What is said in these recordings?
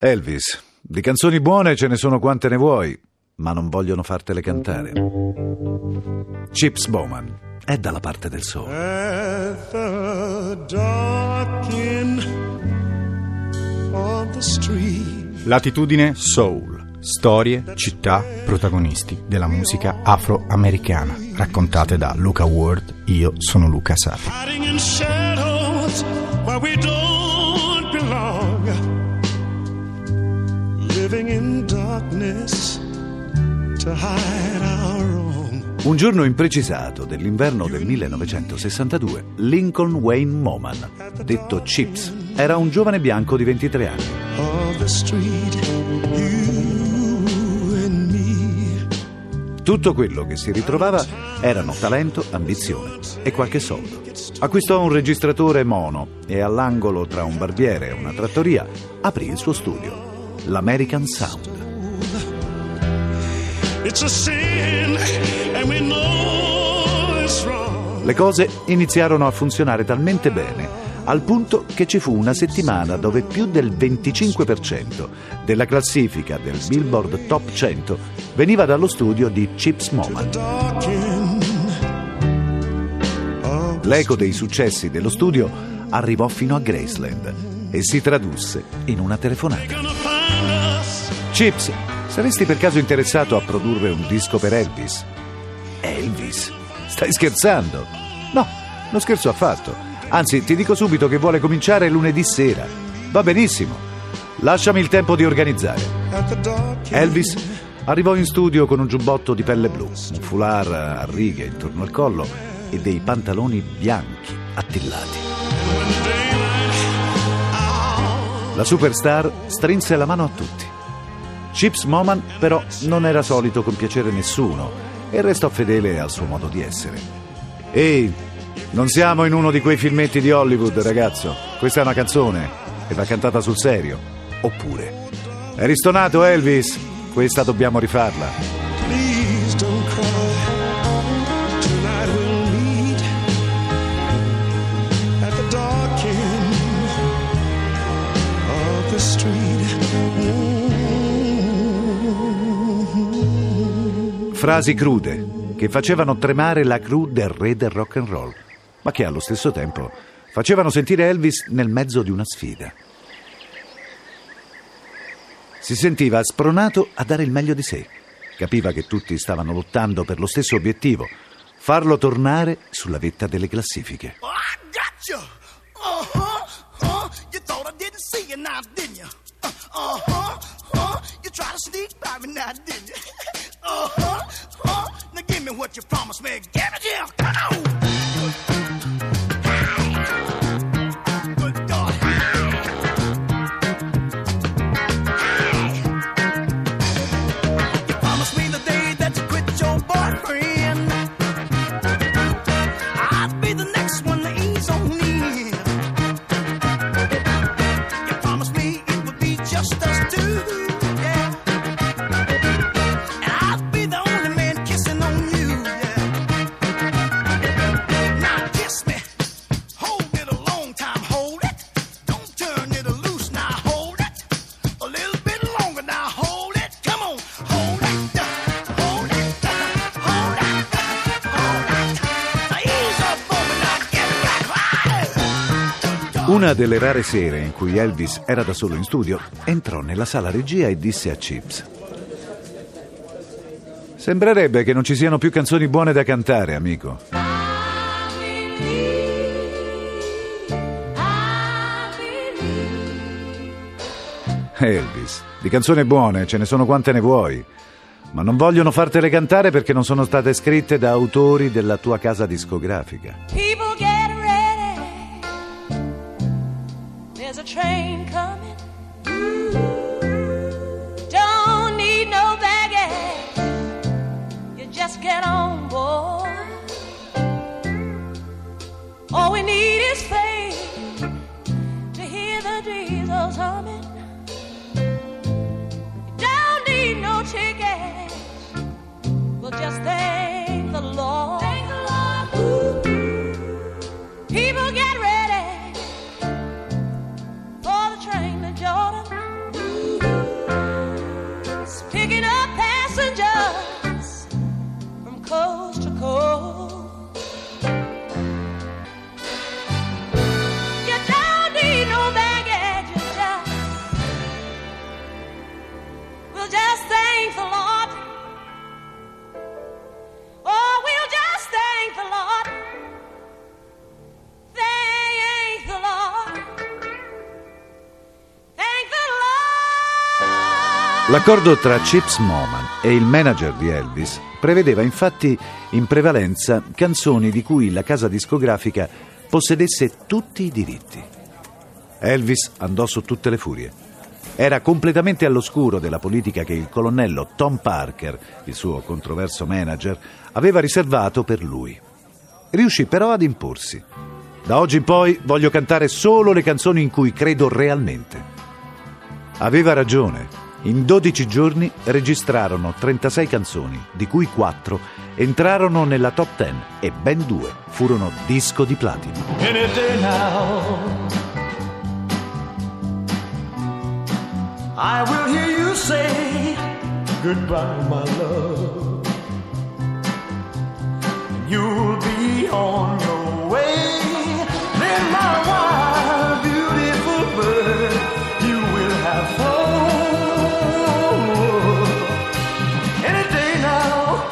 Elvis, di canzoni buone ce ne sono quante ne vuoi, ma non vogliono fartele cantare. Chips Bowman è dalla parte del soul. At the dark end of the street. Latitudine Soul. Storie, città, protagonisti della musica afroamericana, raccontate da Luca Ward. Io sono Luca Sapi. Hiding in shadows where we don't belong. Living in darkness to hide our wrong. Un giorno imprecisato dell'inverno del 1962, Lincoln Wayne Moman, detto Chips, era un giovane bianco di 23 anni. Of the street, you and me. Tutto quello che si ritrovava erano talento, ambizione e qualche soldo. Acquistò un registratore mono e all'angolo tra un barbiere e una trattoria aprì il suo studio, l'American Sound. It's a sin and we know it's wrong. Le cose iniziarono a funzionare talmente bene, al punto che ci fu una settimana dove più del 25% della classifica del Billboard Top 100 veniva dallo studio di Chips Moman. Dark end of L'eco dei successi dello studio arrivò fino a Graceland e si tradusse in una telefonata. gonna find us. Chips, saresti per caso interessato a produrre un disco per Elvis? Elvis? Stai scherzando? No, non scherzo affatto. Anzi, ti dico subito che vuole cominciare lunedì sera. Va benissimo. Lasciami il tempo di organizzare. At the dark end. Elvis arrivò in studio con un giubbotto di pelle blu, un foulard a righe intorno al collo e dei pantaloni bianchi attillati. La superstar strinse la mano a tutti. Chips Moman però non era solito compiacere nessuno e restò fedele al suo modo di essere. Ehi, non siamo in uno di quei filmetti di Hollywood, ragazzo. Questa è una canzone e va cantata sul serio. Oppure, eri stonato, Elvis? Questa dobbiamo rifarla. Please don't cry. Tonight we'll meet at the dark end of the street. Frasi crude che facevano tremare la crew del re del rock and roll, ma che allo stesso tempo facevano sentire Elvis nel mezzo di una sfida. Si sentiva spronato a dare il meglio di sé. Capiva che tutti stavano lottando per lo stesso obiettivo, farlo tornare sulla vetta delle classifiche. Oh, I got you. You thought I didn't see you now, didn't you? You tried to sneak by me now, didn't you? Now give me what you promised me. Give it here. Come on. Good God. You promised me the day that you quit your boyfriend, I'd be the next one to ease on in. You promised me it would be just us two, yeah. And I'd be the only man kissing on you, yeah. Now kiss me, hold it a long time, hold it. Don't turn it loose, now hold it. A little bit longer, now hold it. Come on, hold it, hold it, hold it, hold it. Now ease up on me, now get back. Una delle rare sere in cui Elvis era da solo in studio, entrò nella sala regia e disse a Chips: sembrerebbe che non ci siano più canzoni buone da cantare, amico. Elvis, di canzoni buone ce ne sono quante ne vuoi, ma non vogliono fartele cantare perché non sono state scritte da autori della tua casa discografica. People get ready. There's a train coming. Don't need no baggage. You just get on board. All we need is faith to hear the diesels humming. Don't need no tickets. We'll just thank the Lord. Thank the Lord. People get ready for the train. just thank the Lord. Oh, we'll just thank the Lord. Thank the Lord. Thank the Lord. L'accordo tra Chips Moman e il manager di Elvis prevedeva infatti in prevalenza canzoni di cui la casa discografica possedesse tutti i diritti. Elvis andò su tutte le furie. Era completamente all'oscuro della politica che il colonnello Tom Parker, il suo controverso manager, aveva riservato per lui. Riuscì però ad imporsi. Da oggi in poi voglio cantare solo le canzoni in cui credo realmente. Aveva ragione. In 12 giorni registrarono 36 canzoni, di cui 4 entrarono nella top 10 e ben 2 furono disco di platino. Any day now, I will hear you say goodbye, my love. You'll be on your way. Then my wild, beautiful bird, you will have flown. Any day now,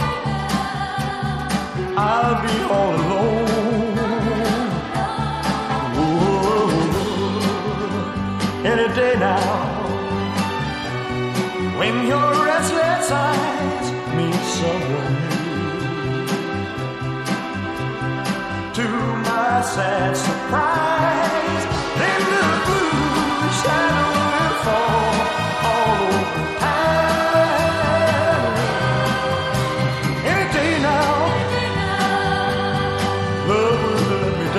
I'll be all alone. Whoa. Any day now, when your restless eyes meet someone new, to my sad surprise, then the blue shadow will fall all over town. Any day now, love will let me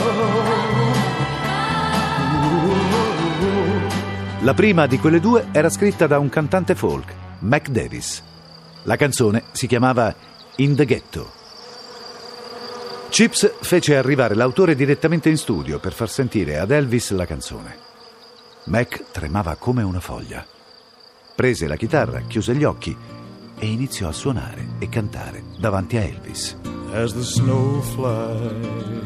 down. La prima di quelle due era scritta da un cantante folk, Mac Davis. La canzone si chiamava In the Ghetto. Chips fece arrivare l'autore direttamente in studio per far sentire ad Elvis la canzone. Mac tremava come una foglia. Prese la chitarra, chiuse gli occhi e iniziò a suonare e cantare davanti a Elvis. As the snow flies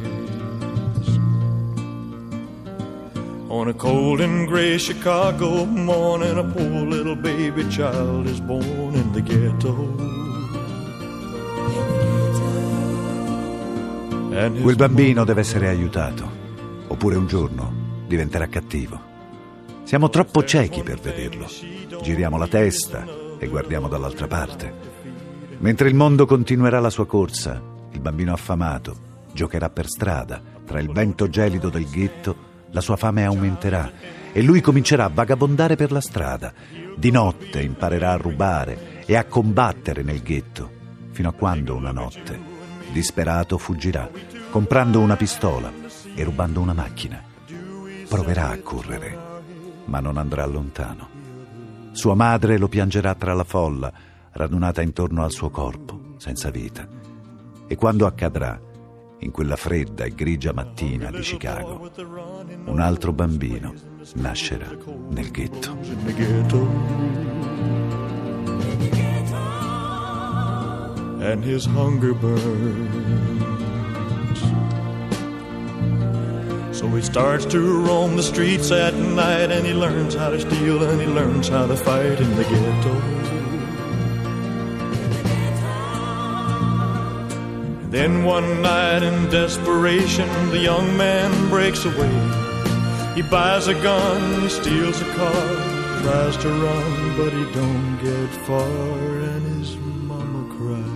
on a cold and gray Chicago morning, a poor little baby child is born in the ghetto. Quel bambino deve essere aiutato, oppure un giorno diventerà cattivo. Siamo troppo ciechi per vederlo. Giriamo la testa e guardiamo dall'altra parte. Mentre il mondo continuerà la sua corsa, il bambino affamato giocherà per strada. Tra il vento gelido del ghetto, la sua fame aumenterà e lui comincerà a vagabondare per la strada. Di notte imparerà a rubare e a combattere nel ghetto, fino a quando una notte, disperato, fuggirà, comprando una pistola e rubando una macchina. Proverà a correre, ma non andrà lontano. Sua madre lo piangerà tra la folla, radunata intorno al suo corpo, senza vita. E quando accadrà, in quella fredda e grigia mattina di Chicago, un altro bambino nascerà nel ghetto. And his hunger burns. So he starts to roam the streets at night, and he learns how to steal, and he learns how to fight in the ghetto. And then one night in desperation, the young man breaks away. He buys a gun, he steals a car, tries to run, but he don't get far, and his mama cries.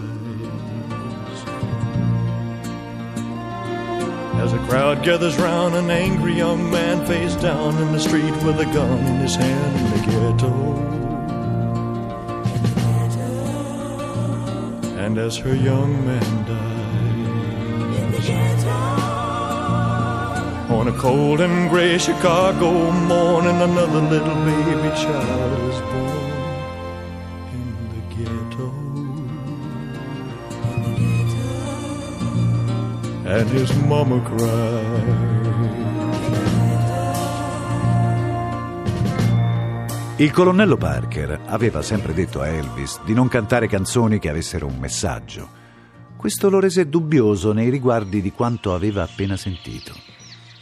As a crowd gathers round, an angry young man face down in the street with a gun in his hand in the ghetto. And as her young man dies, on a cold and gray Chicago morning, another little baby child is born in the ghetto. And his mama cried. Il colonnello Parker aveva sempre detto a Elvis di non cantare canzoni che avessero un messaggio. Questo lo rese dubbioso nei riguardi di quanto aveva appena sentito.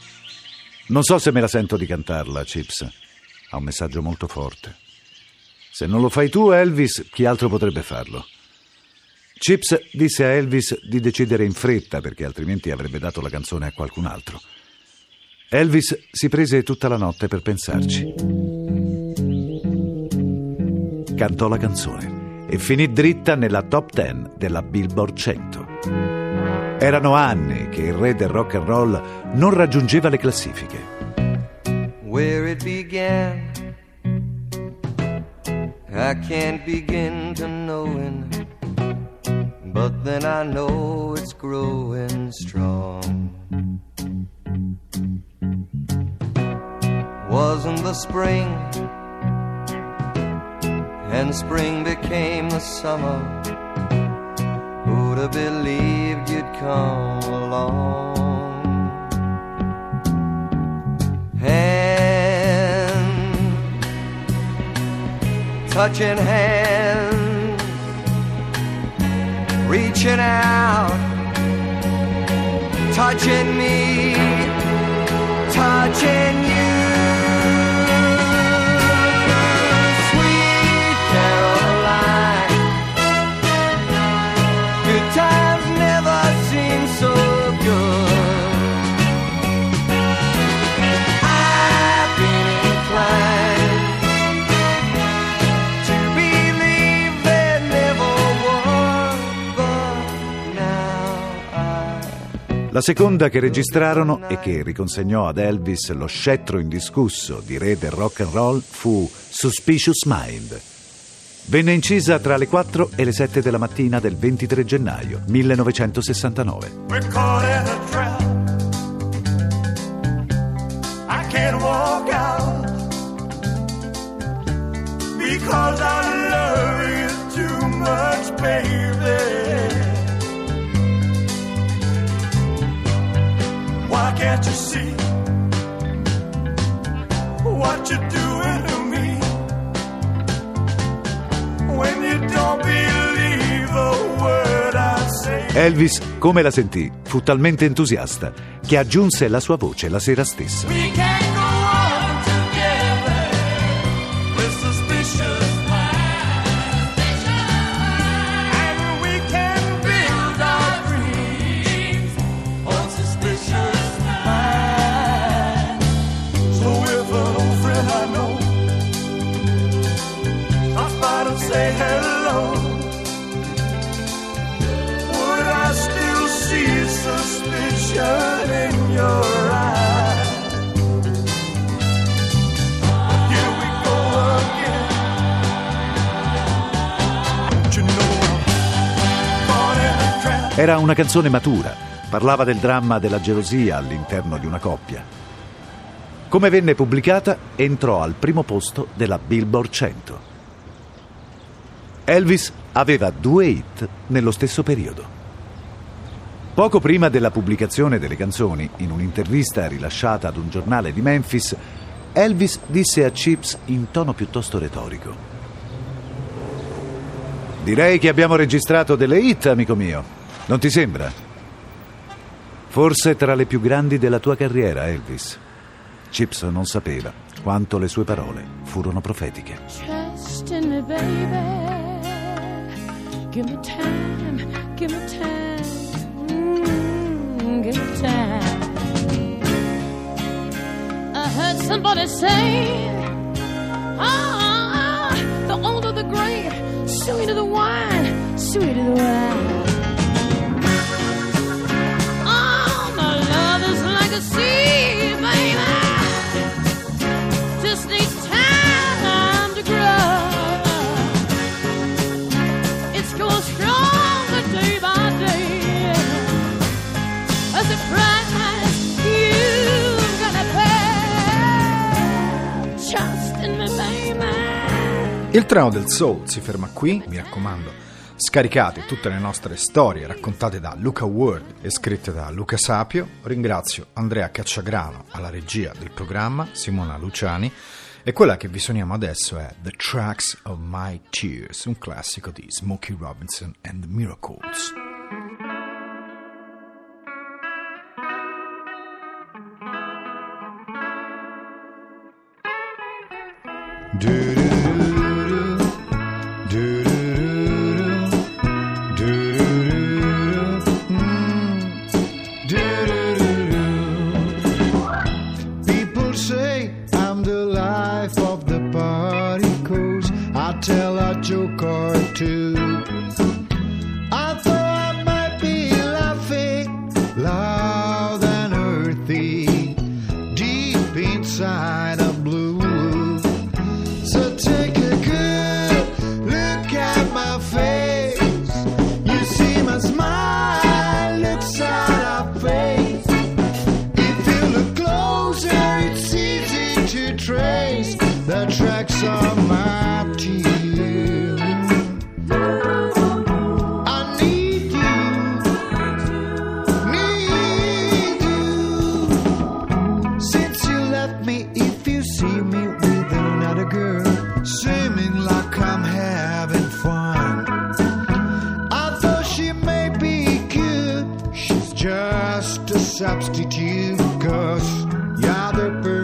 Non so se me la sento di cantarla, Chips. Ha un messaggio molto forte. Se non lo fai tu, Elvis, chi altro potrebbe farlo? Chips disse a Elvis di decidere in fretta perché altrimenti avrebbe dato la canzone a qualcun altro. Elvis si prese tutta la notte per pensarci. Cantò la canzone e finì dritta nella top 10 della Billboard 100. Erano anni che il re del rock and roll non raggiungeva le classifiche. Where it began, I can't begin to knowing, but then I know it's growing strong. Wasn't the spring, and spring became the summer. Who'd have believed you'd come along? Hand, touching hands, reaching out, touching me, touching you. Sweet Caroline, good times never seem so good. I've been inclined to believe there never was, but now La seconda che registrarono e che riconsegnò ad Elvis lo scettro indiscusso di re del rock and roll fu Suspicious Mind. Venne incisa tra le 4 e le 7 della mattina del 23 gennaio 1969. We're caught in a trap. I can't walk out because I love you too much, baby. Why can't you see what you're doing to me when you don't believe the word I say? Elvis, come la sentì, fu talmente entusiasta che aggiunse la sua voce la sera stessa. We can't go on together with suspicious minds, and we can build our dreams on suspicious minds. So if an old friend I know stops by to say hello, would I still see suspicion in your eyes? Here we go again. Don't you know I'm caught in a trap? Era una canzone matura, parlava del dramma della gelosia all'interno di una coppia. Come venne pubblicata, entrò al primo posto della Billboard 100. Elvis aveva 2 hit nello stesso periodo. Poco prima della pubblicazione delle canzoni, in un'intervista rilasciata ad un giornale di Memphis, Elvis disse a Chips in tono piuttosto retorico: "Direi che abbiamo registrato delle hit, amico mio. Non ti sembra? Forse tra le più grandi della tua carriera, Elvis." Chips non sapeva quanto le sue parole furono profetiche. Trust in me, baby. Give me time, give me time, give me time. I heard somebody say, the older the grape, sweeter the wine, sweeter the wine. Oh, my love is like a sea, baby. Just needs time to grow. It's going stronger day by day. As a price you've gotta pay. Trust in me, baby. Il treno del soul si ferma qui, mi raccomando. Scaricate tutte le nostre storie raccontate da Luca Ward e scritte da Luca Sapio. Ringrazio Andrea Cacciagrano alla regia del programma, Simona Luciani, e quella che vi suoniamo adesso è The Tracks of My Tears, un classico di Smokey Robinson and the Miracles. Do-do-do-do-do. I'll tell a joke or two. I thought I might be laughing loud and earthy, deep inside a blue. So take a good look at my face. You see my smile looks out of face. If you look closer, it's easy to trace the tracks of my tears. I need you. Since you left me, if you see me with another girl, seeming like I'm having fun, I thought she may be good. She's just a substitute, 'cause the other person